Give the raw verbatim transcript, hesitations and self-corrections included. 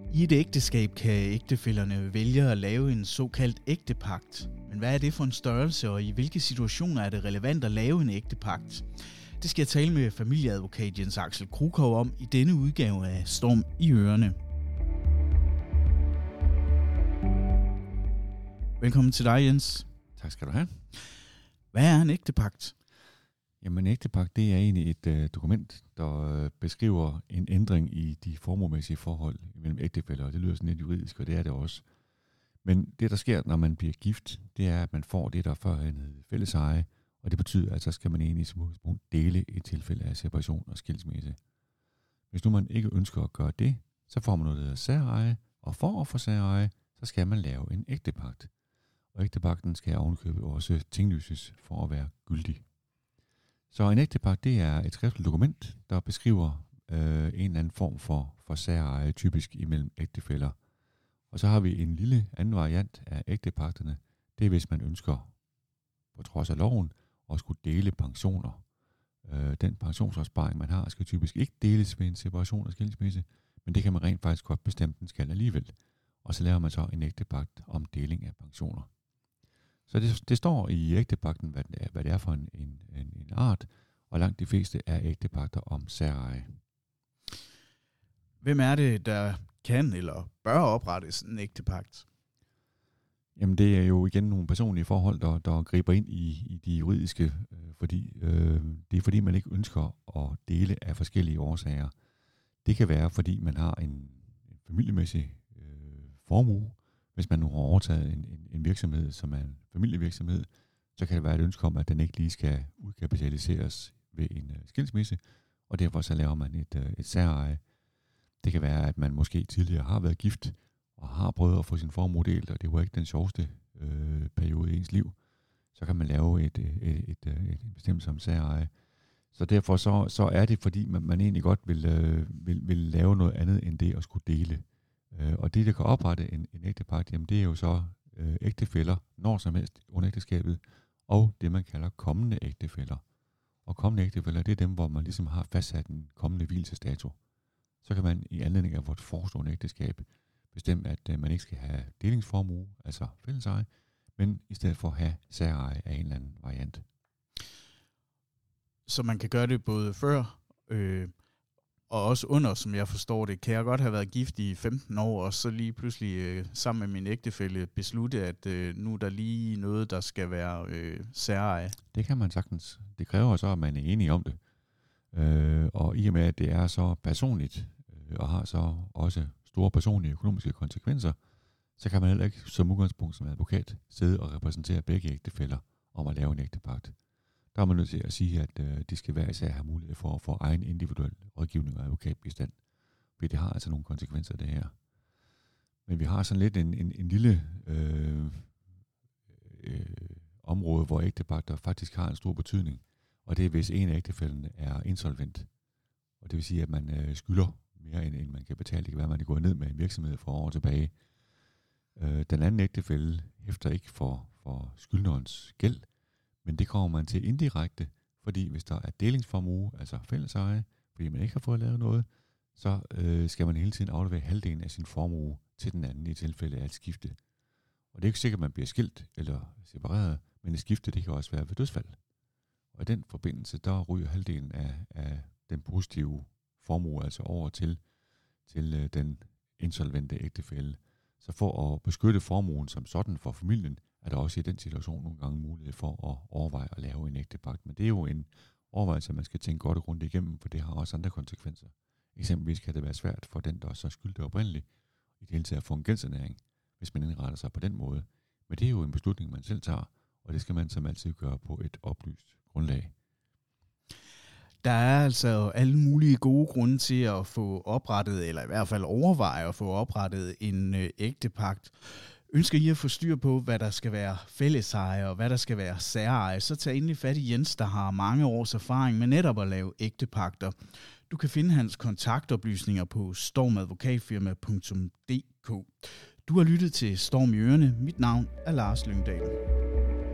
I et ægteskab kan ægtefællerne vælge at lave en såkaldt ægtepagt. Men hvad er det for en størrelse, og i hvilke situationer er det relevant at lave en ægtepagt? Det skal jeg tale med familieadvokat Jens Axel Krukov om i denne udgave af Storm i Ørerne. Velkommen til dig, Jens. Tak skal du have. Hvad er en ægtepagt? Jamen, en ægtepagt, det er egentlig et øh, dokument, der øh, beskriver en ændring i de formuemæssige forhold mellem ægtefæller, og det lyder sådan lidt juridisk, og det er det også. Men det, der sker, når man bliver gift, det er, at man får det, der førhen hed fælleseje, og det betyder, at så skal man egentlig som udgangspunkt dele i tilfælde af separation og skilsmisse. Hvis nu man ikke ønsker at gøre det, så får man noget, der hedder særeje, og for at få særeje, så skal man lave en ægtepagt. Og ægtepagten skal ovenkøbet også tinglyses for at være gyldig. Så en ægtepagt, det er et skriftligt dokument, der beskriver øh, en eller anden form for, for særeje, typisk imellem ægtefæller. Og så har vi en lille anden variant af ægtepagterne. Det er, hvis man ønsker, på trods af loven, at skulle dele pensioner. Øh, den pensionsopsparing, man har, skal typisk ikke deles ved en separation og skilsmisse, men det kan man rent faktisk godt bestemme, den skal alligevel. Og så laver man så en ægtepagt om deling af pensioner. Så det, det står i ægtepagten, hvad det er, hvad det er for en, en, en, en art, og langt de fleste er ægtepagter om særeje. Hvem er det, der kan eller bør oprettes en ægtepagt? Jamen det er jo igen nogle personlige forhold, der, der griber ind i, i de juridiske, øh, fordi øh, det er fordi, man ikke ønsker at dele af forskellige årsager. Det kan være, fordi man har en, en familiemæssig øh, formue. Hvis man nu har overtaget en, en, en virksomhed, som er en familievirksomhed, så kan det være et ønske om, at den ikke lige skal udkapitaliseres ved en uh, skilsmisse, og derfor så laver man et, uh, et særeje. Det kan være, at man måske tidligere har været gift, og har prøvet at få sin formue delt, og det var ikke den sjoveste øh, periode i ens liv. Så kan man lave et, et, et, et, et bestemmelse om særeje. Så derfor så, så er det, fordi man, man egentlig godt vil, øh, vil, vil lave noget andet, end det at skulle dele. Øh, og det, der kan oprette en, en ægtepagt, jamen det er jo så øh, ægtefæller, når som helst under ægteskabet, og det, man kalder kommende ægtefæller. Og kommende ægtefæller, det er dem, hvor man ligesom har fastsat en kommende hvilesesdato. Så kan man i anledning af vores forestående ægteskab bestemme, at øh, man ikke skal have delingsformue, altså fælleseje, men i stedet for have særeje af en eller anden variant. Så man kan gøre det både før øh, og også under, som jeg forstår det. Kan jeg godt have været gift i femten år, og så lige pludselig øh, sammen med min ægtefælle beslutte, at øh, nu er der lige noget, der skal være øh, særeje? Det kan man sagtens. Det kræver så, at man er enige om det. Øh, og i og med, at det er så personligt, øh, og har så også store personlige økonomiske konsekvenser, så kan man heller ikke som udgangspunkt som advokat sidde og repræsentere begge ægtefæller om at lave en ægtepagt. Der er man nødt til at sige, at øh, de skal hver især have mulighed for at få egen individuel rådgivning og advokatbistand. For det har altså nogle konsekvenser, det her. Men vi har sådan lidt en, en, en lille øh, øh, område, hvor ægtepagter faktisk har en stor betydning. Og det er, hvis en af ægtefællerne er insolvent. Og det vil sige, at man øh, skylder mere, end, end man kan betale. Det kan være, at man går ned med en virksomhed for år tilbage. Øh, den anden ægtefælle hæfter ikke for, for skyldnerens gæld, men det kommer man til indirekte, fordi hvis der er delingsformue, altså fælleseje, fordi man ikke har fået lavet noget, så øh, skal man hele tiden aflevere halvdelen af sin formue til den anden i tilfælde af et skifte. Og det er ikke sikkert, at man bliver skilt eller separeret, men et skifte, det kan også være ved dødsfald. Og i den forbindelse, der ryger halvdelen af, af den positive formue altså over til, til øh, den insolvente ægtefælle. Så for at beskytte formuen som sådan for familien, er der også i den situation nogle gange mulighed for at overveje at lave en ægtepagt. Men det er jo en overvejelse, at man skal tænke godt og grundigt igennem, for det har også andre konsekvenser. Eksempelvis kan det være svært for den, der også er skyldig oprindeligt, i det hele taget at få en gældssanering, hvis man indretter sig på den måde. Men det er jo en beslutning, man selv tager, og det skal man som altid gøre på et oplyst grundlag. Der er altså alle mulige gode grunde til at få oprettet, eller i hvert fald overveje at få oprettet en øh, ægtepagt. Ønsker I at få styr på, hvad der skal være fælleseje og hvad der skal være særeje, så tag endelig fat i Jens, der har mange års erfaring med netop at lave ægtepagter. Du kan finde hans kontaktoplysninger på stormadvokatfirma punktum d k. Du har lyttet til Storm i Ørerne. Mit navn er Lars Lyngdal.